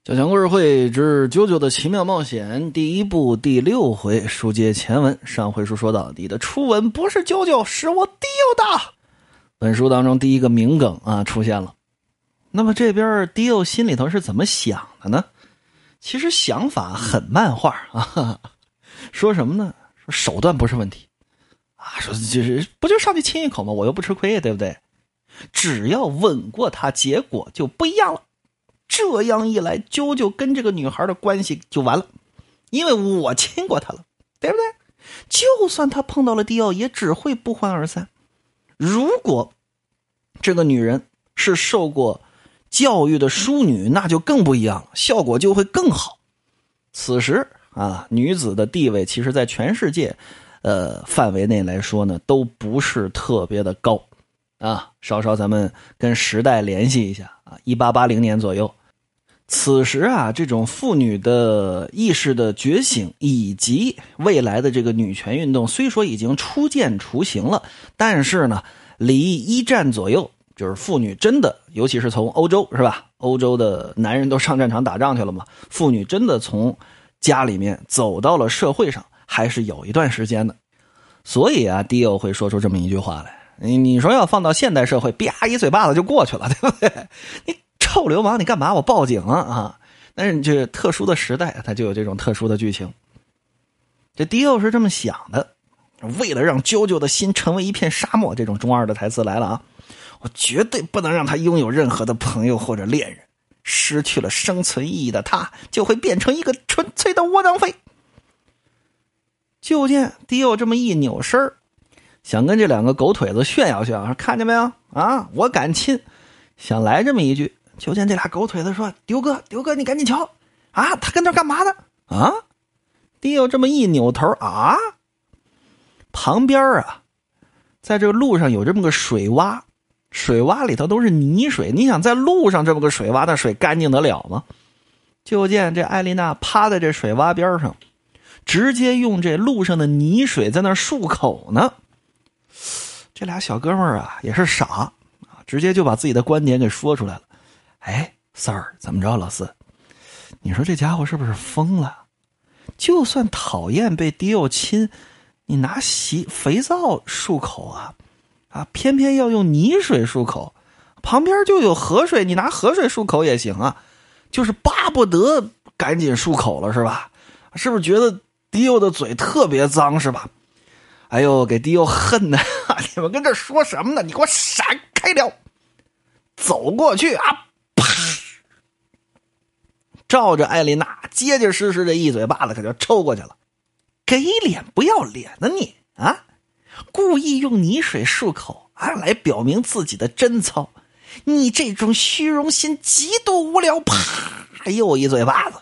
小强故事会之啾啾的奇妙冒险第一部第6回，书接前文。上回书说到，你的初吻不是啾啾，是我迪欧的。本书当中第一个名梗出现了。那么这边迪欧心里头是怎么想的呢？其实想法很漫画说什么呢？说手段不是问题说就是不就上去亲一口吗？我又不吃亏，对不对？只要吻过他，结果就不一样了。这样一来，啾啾跟这个女孩的关系就完了，因为我亲过她了，对不对？就算他碰到了迪奥，也只会不欢而散。如果这个女人是受过教育的淑女，那就更不一样了，效果就会更好。此时女子的地位其实在全世界范围内来说呢，都不是特别的高稍稍咱们跟时代联系一下1880年左右。此时这种妇女的意识的觉醒以及未来的这个女权运动虽说已经初见雏形了，但是呢离1战左右，就是妇女真的，尤其是从欧洲是吧，欧洲的男人都上战场打仗去了嘛，妇女真的从家里面走到了社会上还是有一段时间的。所以迪欧会说出这么一句话来，你说要放到现代社会，啪一嘴巴子就过去了，对不对？你臭流氓，你干嘛？我报警但是这特殊的时代，它就有这种特殊的剧情。这迪欧是这么想的，为了让啾啾的心成为一片沙漠，这种中二的台词来了我绝对不能让他拥有任何的朋友或者恋人，失去了生存意义的他就会变成一个纯粹的窝囊废。就见迪欧这么一扭身，想跟这2个狗腿子炫耀炫耀，说看见没有我敢亲，想来这么一句。就见这俩狗腿子说，丢哥你赶紧瞧他跟那干嘛呢迪欧这么一扭头旁边在这个路上有这么个水洼，水洼里头都是泥水，你想在路上这么个水洼，那水干净得了吗？就见这艾丽娜趴在这水洼边上，直接用这路上的泥水在那漱口呢。这俩小哥们也是傻直接就把自己的观点给说出来了。Sir， 怎么着老四？你说这家伙是不是疯了？就算讨厌被迪欧亲，你拿肥皂漱口偏偏要用泥水漱口，旁边就有河水，你拿河水漱口也行就是巴不得赶紧漱口了是吧？是不是觉得迪欧的嘴特别脏是吧？给迪欧恨的你们跟这说什么呢？你给我闪开了！走过去啪！照着艾丽娜结结实实的一嘴巴子可就抽过去了。给脸不要脸的你故意用泥水漱口来表明自己的贞操，你这种虚荣心极度无聊，啪又一嘴巴子。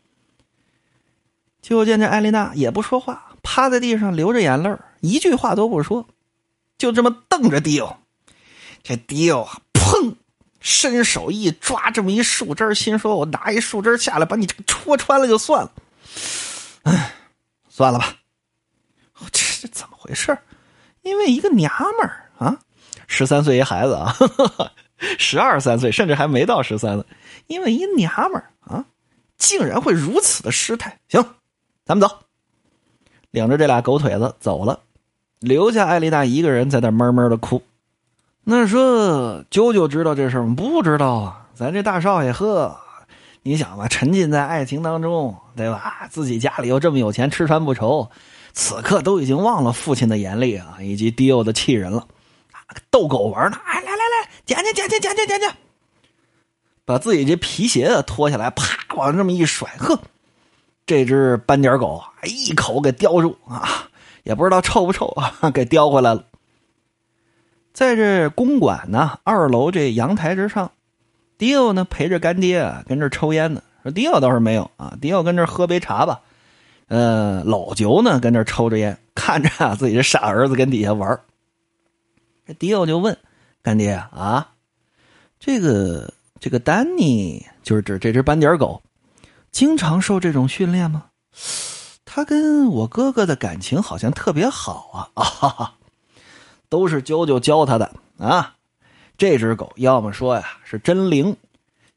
就见这艾丽娜也不说话，趴在地上流着眼泪，一句话都不说，就这么瞪着迪欧。这迪欧砰伸手一抓这么一树枝，心说我拿一树枝下来把你这个戳穿了就算了。算了吧。这怎么回事？因为一个娘们儿13岁一孩子12、13岁甚至还没到13呢，因为一娘们儿竟然会如此的失态。行，咱们走。领着这俩狗腿子走了，留下艾丽娜一个人在那闷闷的哭。那说啾啾知道这事儿吗？不知道咱这大少爷你想吧，沉浸在爱情当中，对吧？自己家里又这么有钱，吃穿不愁，此刻都已经忘了父亲的严厉以及迪欧的气人了逗狗玩呢。来捡，把自己这皮鞋脱下来，啪往这么一甩，这只斑点狗一口给叼住也不知道臭不臭给叼回来了。在这公馆呢2楼这阳台之上，迪欧呢陪着干爹跟这抽烟呢。说迪欧倒是没有迪欧跟这喝杯茶吧。老九呢跟这抽着烟，看着自己这傻儿子跟底下玩。这迪欧就问干爹这个丹尼，就是指这只斑点狗，经常受这种训练吗？他跟我哥哥的感情好像特别好都是啾啾教他的这只狗要么说是真灵，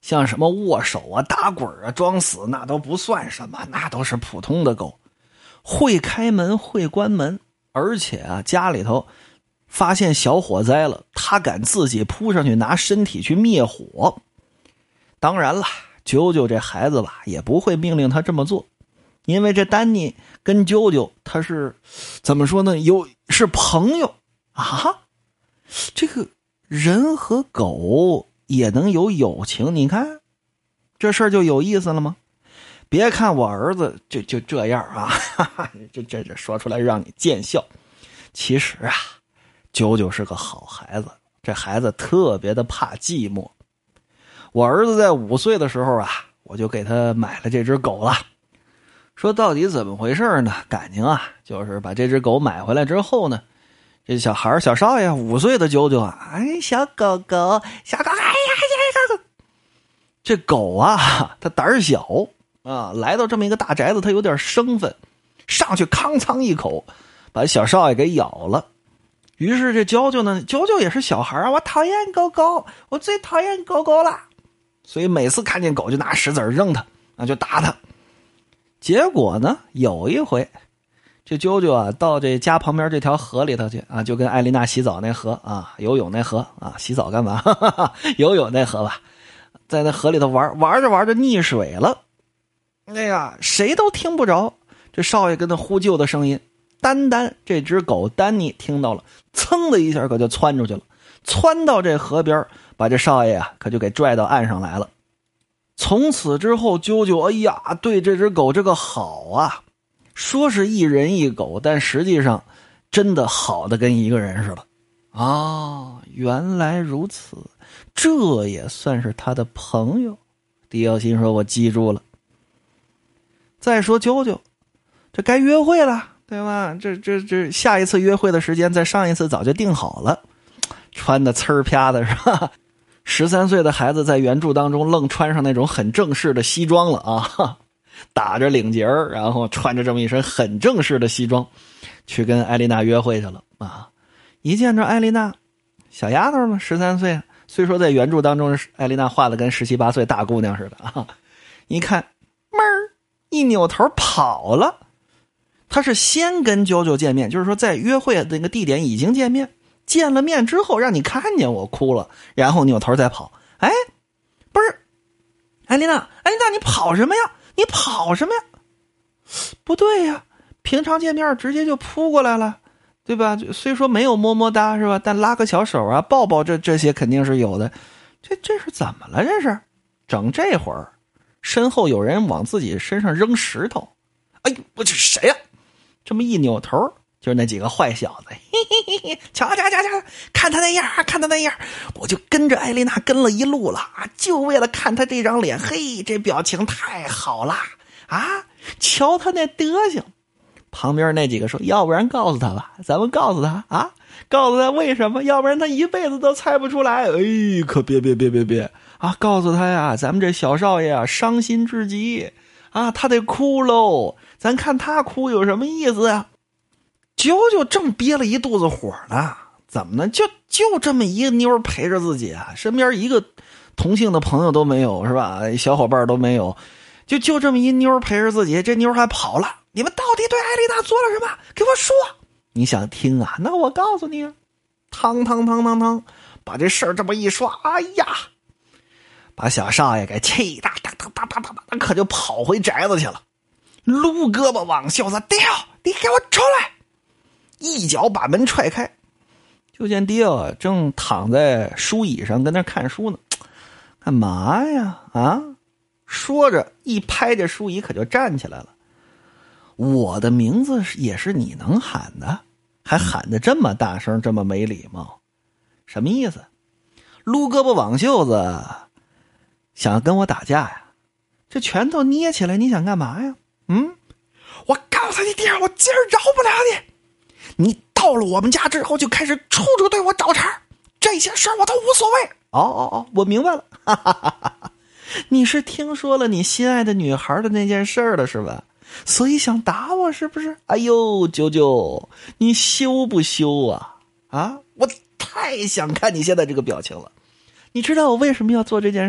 像什么握手啊、打滚啊、装死，那都不算什么，那都是普通的狗。会开门，会关门，而且啊，家里头发现小火灾了，他敢自己扑上去拿身体去灭火。当然了，啾啾这孩子吧，也不会命令他这么做，因为这丹尼跟啾啾他是怎么说呢？是朋友啊。这个人和狗也能有友情，你看这事儿就有意思了吗？别看我儿子就这样啊，哈哈，这说出来让你见笑。其实啊，啾啾是个好孩子，这孩子特别的怕寂寞。我儿子在5岁的时候啊，我就给他买了这只狗了。说到底怎么回事呢？感情啊，就是把这只狗买回来之后呢，这小孩小少爷5岁的啾啾啊，哎，小狗狗，小狗，哎呀，这狗啊，它胆小啊，来到这么一个大宅子，它有点生分，上去康仓一口，把小少爷给咬了。于是这啾啾呢，啾啾也是小孩啊，我讨厌狗狗，我最讨厌狗狗了。所以每次看见狗就拿石子扔它，啊，就打它。结果呢，有一回，这啾啾啊到这家旁边这条河里头去啊，就跟艾丽娜洗澡那河啊，游泳那河啊，洗澡干嘛？游泳那河吧，在那河里头玩着溺水了。哎呀，谁都听不着这少爷跟他呼救的声音。单这只狗丹尼听到了，噌的一下可就窜出去了，窜到这河边，把这少爷啊可就给拽到岸上来了。从此之后，啾啾哎呀对这只狗这个好啊，说是一人一狗，但实际上真的好的跟一个人似的啊。原来如此，这也算是他的朋友。迪奥心说，我记住了。再说啾啾，这该约会了，对吧？这下一次约会的时间在上一次早就定好了，穿的呲儿啪的是吧？13岁的孩子在原著当中愣穿上那种很正式的西装了啊，打着领结儿，然后穿着这么一身很正式的西装去跟艾丽娜约会去了啊！一见着艾丽娜，小丫头嘛，13岁，虽说在原著当中艾丽娜画的跟17、18岁大姑娘似的啊，一看门儿一扭头跑了。他是先跟啾啾见面，就是说在约会的那个地点已经见面，见了面之后让你看见我哭了，然后扭头再跑。哎，不是，艾丽娜，你跑什么呀？你跑什么呀？不对呀，平常见面直接就扑过来了，对吧？虽说没有么么哒是吧，但拉个小手啊，抱抱这些肯定是有的。这是怎么了？这是整这会儿，身后有人往自己身上扔石头。哎，我这谁呀？这么一扭头，就是那几个坏小子，嘿嘿嘿，瞧，看他那样，我就跟着艾丽娜跟了一路了啊，就为了看他这张脸，嘿，这表情太好了啊！瞧他那德行。旁边那几个说，要不然告诉他吧，咱们告诉他啊，告诉他为什么，要不然他一辈子都猜不出来。哎，可别啊，告诉他呀，咱们这小少爷啊，伤心至极啊，他得哭喽。咱看他哭有什么意思啊？啾啾正憋了一肚子火呢，怎么呢？就这么一个妞陪着自己啊，身边一个同性的朋友都没有，是吧？小伙伴都没有，就这么一妞陪着自己，这妞还跑了。你们到底对艾丽娜做了什么？给我说！你想听啊？那我告诉你啊，汤，把这事儿这么一说，哎呀，把小少爷给气的，可就跑回宅子去了。撸胳膊挽袖子，迪奥，你给我出来！一脚把门踹开，就见迪奥正躺在书椅上跟那看书呢。干嘛呀？啊！说着一拍这书椅，可就站起来了。我的名字也是你能喊的，还喊得这么大声，这么没礼貌，什么意思？撸胳膊挽袖子，想跟我打架呀？这拳头捏起来，你想干嘛呀？我告诉你弟儿，我今儿饶不了你。你到了我们家之后就开始处处对我找茬，这些事儿我都无所谓。哦，我明白了。哈哈，你是听说了你心爱的女孩的那件事儿了是吧？所以想打我是不是？哎呦，啾啾，你羞不羞啊？啊，我太想看你现在这个表情了。你知道我为什么要做这件事吗？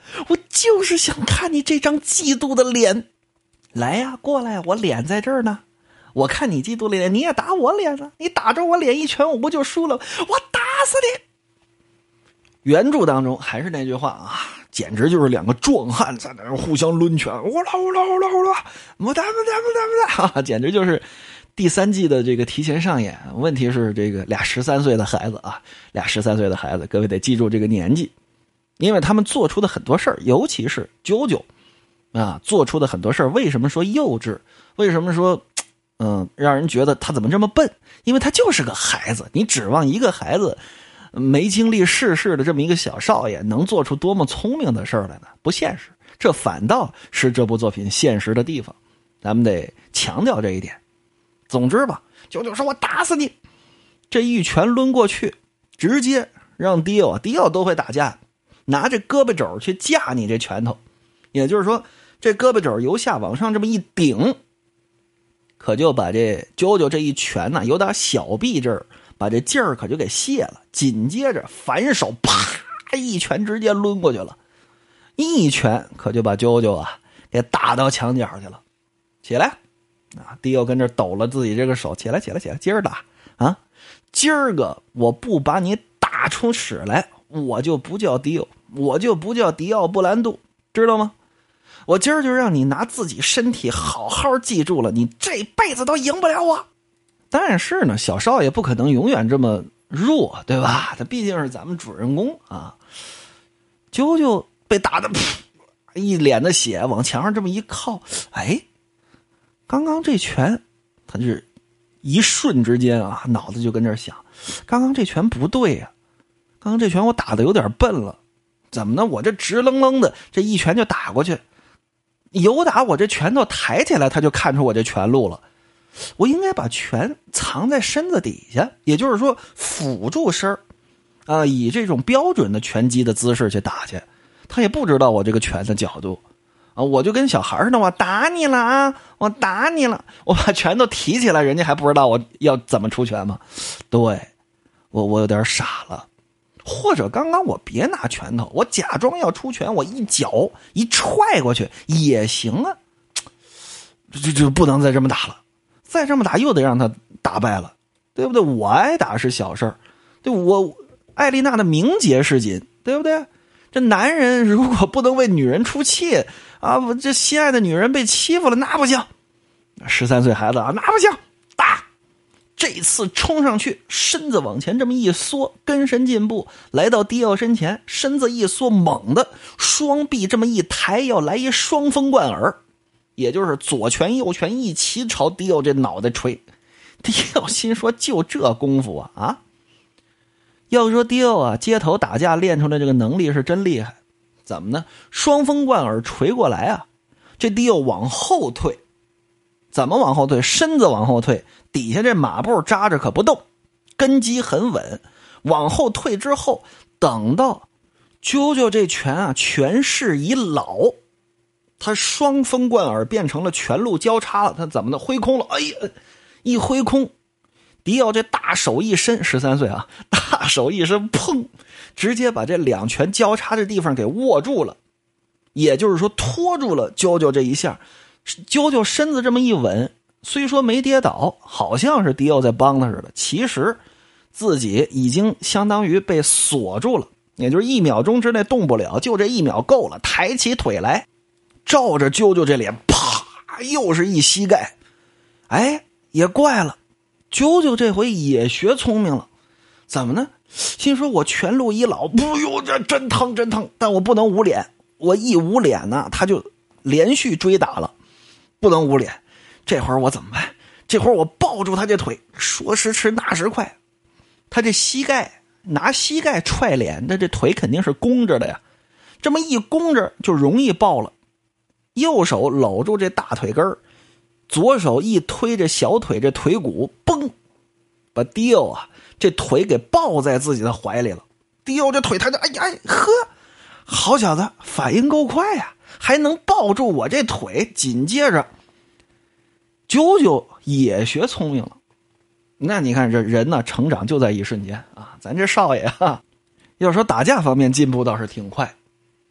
我就是想看你这张嫉妒的脸。来呀，过来，我脸在这儿呢。我看你嫉妒的脸，你也打我脸了。你打着我脸一拳，我不就输了？我打死你！原著当中还是那句话啊，简直就是两个壮汉在那儿互相抡拳，我啦我啦我啦我啦，我打不打，简直就是第3季的这个提前上演。问题是这个俩13岁的孩子啊，俩13岁的孩子，各位得记住这个年纪，因为他们做出的很多事儿，尤其是啾啾啊，做出的很多事儿，为什么说幼稚？为什么说让人觉得他怎么这么笨？因为他就是个孩子，你指望一个孩子没经历世事的这么一个小少爷能做出多么聪明的事儿来呢？不现实，这反倒是这部作品现实的地方，咱们得强调这一点。总之吧，啾啾说我打死你，这一拳抡过去，直接让迪奥都会打架，拿这胳膊肘去架你这拳头，也就是说这胳膊肘由下往上这么一顶，可就把这啾啾这一拳呢，由打小臂这儿把这劲儿可就给卸了，紧接着反手啪一拳直接抡过去了，一拳可就把啾啾啊给打到墙角去了。起来啊！迪奥跟这抖了自己这个手，起来，接着打啊！今儿个我不把你打出屎来，我就不叫迪奥，我就不叫迪奥布兰度，知道吗？我今儿就让你拿自己身体好好记住了，你这辈子都赢不了我。但是呢，小少爷不可能永远这么弱，对吧？他毕竟是咱们主人公啊。啾啾被打的一脸的血，往墙上这么一靠，哎，刚刚这拳，他就是一瞬之间啊，脑子就跟这儿想，刚刚这拳不对呀，刚刚这拳我打的有点笨了，怎么呢？我这直愣愣的这一拳就打过去，有打我这拳头抬起来，他就看出我这拳路了。我应该把拳藏在身子底下，也就是说辅助身以这种标准的拳击的姿势去打去。他也不知道我这个拳的角度啊，我就跟小孩似的，我打你了啊，我打你了，我把拳头提起来，人家还不知道我要怎么出拳吗？对，我有点傻了。或者刚刚我别拿拳头，我假装要出拳，我一脚一踹过去也行啊。这不能再这么打了，再这么打又得让他打败了，对不对？我挨打是小事儿，对，我艾丽娜的名节是紧，对不对？这男人如果不能为女人出气啊，我这心爱的女人被欺负了，那不行。13岁孩子啊，那不行，打！这次冲上去，身子往前这么一缩，跟神进步，来到迪奥身前，身子一缩，猛的双臂这么一抬，要来一双风贯耳，也就是左拳右拳一齐朝迪奥这脑袋锤。迪奥心说，就这功夫啊！要说迪奥啊，街头打架练出来这个能力是真厉害。怎么呢？双风贯耳锤过来啊，这迪奥往后退。怎么往后退？身子往后退，底下这马步扎着可不动，根基很稳。往后退之后，等到啾啾这拳啊拳势已老，他双风贯耳变成了拳路交叉了，他怎么的？挥空了，哎呀，一挥空，迪奥这大手一伸，13岁啊，大手一伸，砰，直接把这两拳交叉的地方给握住了，也就是说拖住了啾啾这一下。啾啾身子这么一稳，虽说没跌倒，好像是迪奥在帮他似的，其实自己已经相当于被锁住了，也就是1秒钟之内动不了，就这1秒够了，抬起腿来，照着啾啾这脸，啪，又是一膝盖。哎，也怪了，啾啾这回也学聪明了，怎么呢？心说我拳路已老，哎呦，这真疼真疼，但我不能捂脸，我一捂脸呢，他就连续追打了。不能捂脸，这会儿我怎么办？这会儿我抱住他这腿，说时迟那时快，他这膝盖拿膝盖踹脸，他这腿肯定是弓着的呀，这么一弓着就容易爆了。右手搂住这大腿根儿，左手一推这小腿这腿骨，嘣，把迪奥啊这腿给抱在自己的怀里了。迪奥这腿抬着，哎呀呵，好小子，反应够快呀，还能抱住我这腿。紧接着啾啾也学聪明了。那你看这人呢，成长就在一瞬间啊！咱这少爷啊，要说打架方面进步倒是挺快，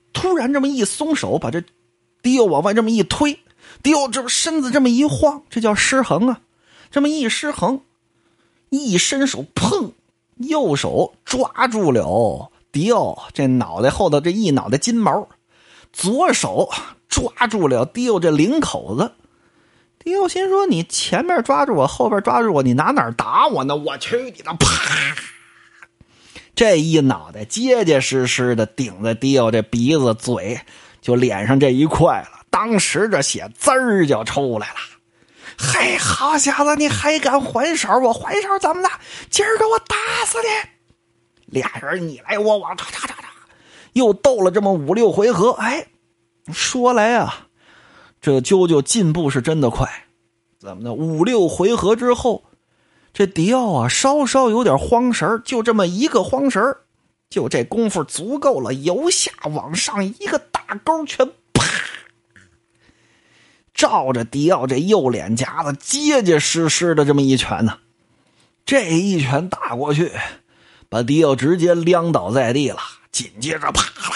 突然这么一松手，把这迪奥往外这么一推，迪奥这身子这么一晃，这叫失衡啊！这么一失衡，一伸手，砰，右手抓住了迪奥这脑袋后头这一脑袋金毛，左手抓住了迪奥这领口子。迪奥心说：“你前面抓住我，后边抓住我，你拿哪儿打我呢？我去你的！”啪！这一脑袋结结实实的顶在迪奥这鼻子、嘴，就脸上这一块了。当时这血滋儿就出来了。嘿，好小子，你还敢还手？我还手怎么的？今儿个我打死你！俩人你来我往，嚓嚓嚓嚓，又斗了这么5、6回合。哎，说来啊，这啾啾进步是真的快。怎么的？5、6回合之后，这迪奥啊稍稍有点慌神，就这么一个慌神，就这功夫足够了，由下往上一个大勾拳，啪，照着迪奥这右脸颊子结结实实的这么一拳呢。这一拳打过去，把迪奥直接撂倒在地了，紧接着啪啦，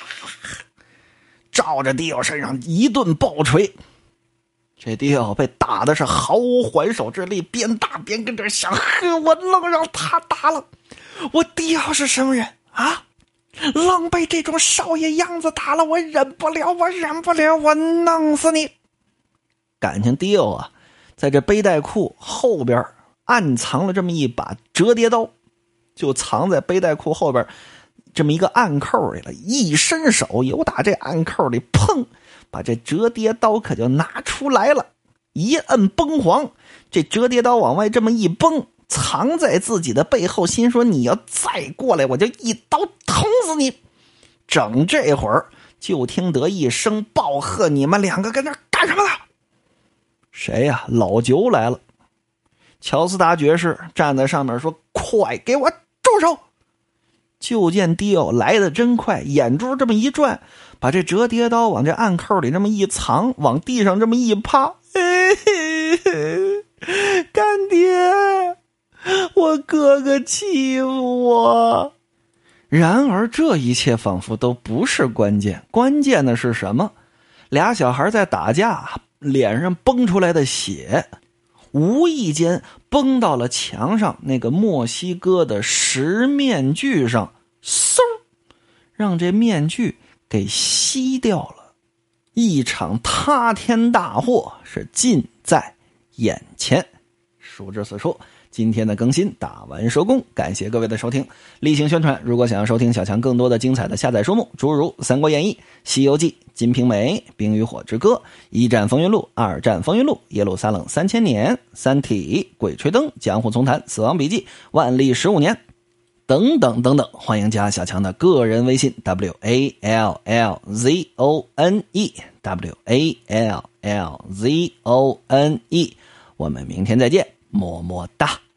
照着迪奥身上一顿暴锤。这迪奥被打的是毫无还手之力，边打边跟这想：我愣让他打了，我迪奥是什么人啊？愣被这种少爷样子打了，我忍不了，我忍不了，我弄死你！感情迪奥啊，在这背带裤后边暗藏了这么一把折叠刀，就藏在背带裤后边这么一个暗扣里了。一伸手，由打这暗扣里，砰，把这折叠刀可就拿出来了，一摁崩簧，这折叠刀往外这么一崩，藏在自己的背后，心说你要再过来，我就一刀捅死你。整这会儿，就听得一声暴喝：“你们两个跟这干什么呢？”谁呀？老九来了。乔斯达爵士站在上面说：“快给我住手！”就见迪奥来得真快，眼珠这么一转，把这折叠刀往这暗扣里这么一藏，往地上这么一趴，干爹，我哥哥欺负我。然而这一切仿佛都不是关键，关键的是什么？俩小孩在打架，脸上崩出来的血无意间崩到了墙上那个墨西哥的石面具上，嗖，让这面具给吸掉了。一场塌天大祸是近在眼前。书至此处，今天的更新打完收工，感谢各位的收听。例行宣传，如果想要收听小强更多的精彩的下载书目，诸如《三国演义》、《西游记》、《金瓶梅》、《冰与火之歌》、一战风云录、二战风云录、耶路撒冷3000年、三体、鬼吹灯、江湖丛谈、死亡笔记、万历15年等等等等，欢迎加小强的个人微信 WALLZONE WALLZONE， 我们明天再见，么么哒。